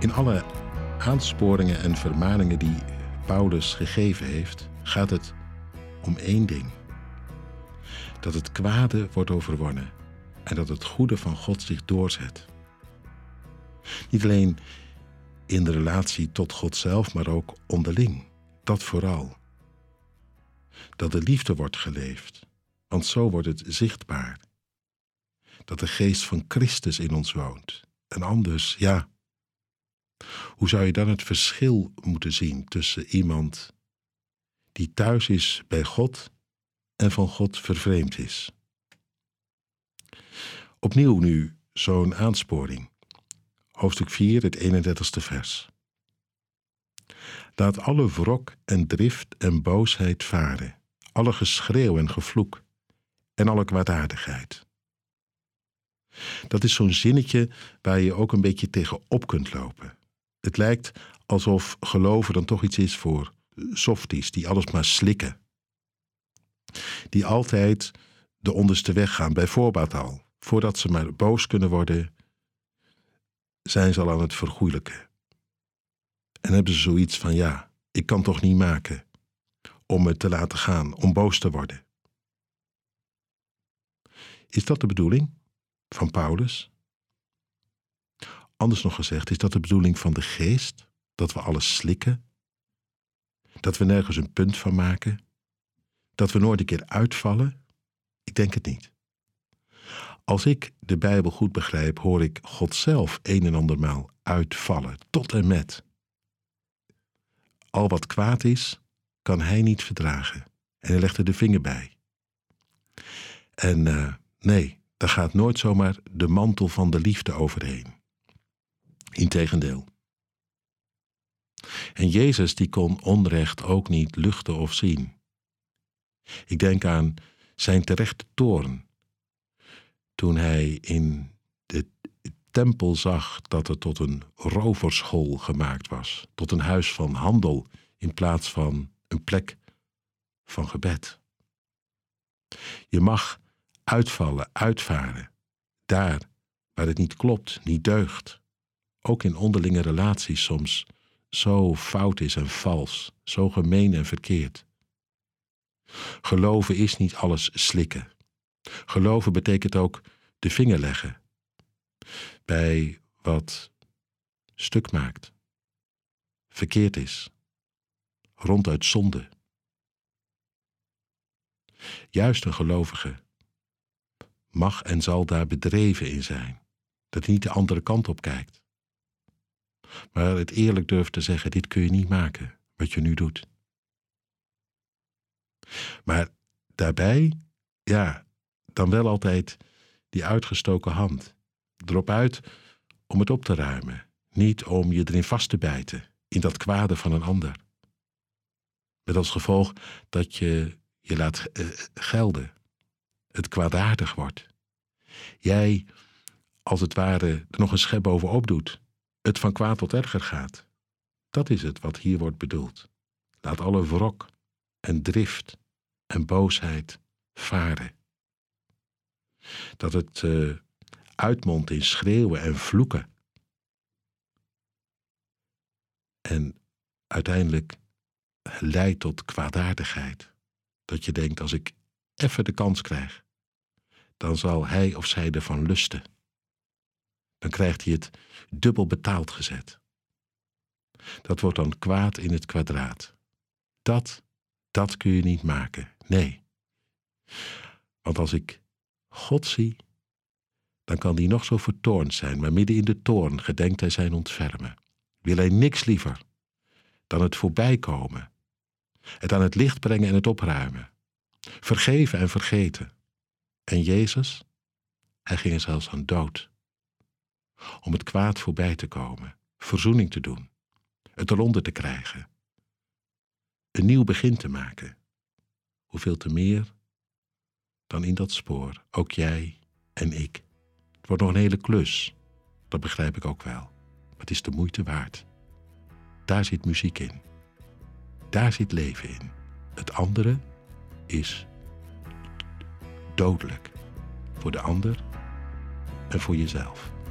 In alle aansporingen en vermaningen die Paulus gegeven heeft, gaat het om één ding. Dat het kwade wordt overwonnen en dat het goede van God zich doorzet. Niet alleen in de relatie tot God zelf, maar ook onderling. Dat vooral. Dat de liefde wordt geleefd, want zo wordt het zichtbaar. Dat de geest van Christus in ons woont. En anders, ja, hoe zou je dan het verschil moeten zien tussen iemand die thuis is bij God en van God vervreemd is? Opnieuw nu zo'n aansporing. Hoofdstuk 4, het 31ste vers. Laat alle wrok en drift en boosheid varen, alle geschreeuw en gevloek en alle kwaadaardigheid. Dat is zo'n zinnetje waar je ook een beetje tegenop kunt lopen. Het lijkt alsof geloven dan toch iets is voor softies die alles maar slikken. Die altijd de onderste weg gaan, bij voorbaat al. Voordat ze maar boos kunnen worden, zijn ze al aan het vergoeilijken. En hebben ze zoiets van, ja, ik kan toch niet maken om het te laten gaan, om boos te worden. Is dat de bedoeling van Paulus? Anders nog gezegd, is dat de bedoeling van de geest? Dat we alles slikken? Dat we nergens een punt van maken? Dat we nooit een keer uitvallen? Ik denk het niet. Als ik de Bijbel goed begrijp, hoor ik God zelf een en andermaal uitvallen, tot en met. Al wat kwaad is, kan hij niet verdragen. En hij legt er de vinger bij. En nee, daar gaat nooit zomaar de mantel van de liefde overheen. Integendeel. En Jezus die kon onrecht ook niet luchten of zien. Ik denk aan zijn terechte toorn. Toen hij in de tempel zag dat het tot een roverschool gemaakt was. Tot een huis van handel in plaats van een plek van gebed. Je mag uitvallen, uitvaren. Daar waar het niet klopt, niet deugt. Ook in onderlinge relaties soms zo fout is en vals. Zo gemeen en verkeerd. Geloven is niet alles slikken. Geloven betekent ook de vinger leggen bij wat stuk maakt, verkeerd is, ronduit zonde. Juist een gelovige mag en zal daar bedreven in zijn, dat hij niet de andere kant op kijkt. Maar het eerlijk durft te zeggen, dit kun je niet maken, wat je nu doet. Maar daarbij, ja, dan wel altijd die uitgestoken hand. Erop uit om het op te ruimen. Niet om je erin vast te bijten, in dat kwade van een ander. Met als gevolg dat je je laat gelden. Het kwaadaardig wordt. Jij, als het ware, er nog een schep bovenop doet. Het van kwaad tot erger gaat. Dat is het wat hier wordt bedoeld. Laat alle wrok en drift en boosheid varen. Dat het uitmondt in schreeuwen en vloeken. En uiteindelijk leidt tot kwaadaardigheid. Dat je denkt, als ik even de kans krijg, dan zal hij of zij ervan lusten. Dan krijgt hij het dubbel betaald gezet. Dat wordt dan kwaad in het kwadraat. Dat kun je niet maken. Nee. Want als ik God zie, dan kan die nog zo vertoornd zijn, maar midden in de toorn gedenkt hij zijn ontfermen. Wil hij niks liever dan het voorbijkomen, het aan het licht brengen en het opruimen, vergeven en vergeten. En Jezus, hij ging er zelfs aan dood, om het kwaad voorbij te komen, verzoening te doen, het eronder te krijgen, een nieuw begin te maken. Hoeveel te meer dan in dat spoor, ook jij en ik. Het wordt nog een hele klus, dat begrijp ik ook wel. Maar het is de moeite waard. Daar zit muziek in. Daar zit leven in. Het andere is dodelijk. Voor de ander en voor jezelf.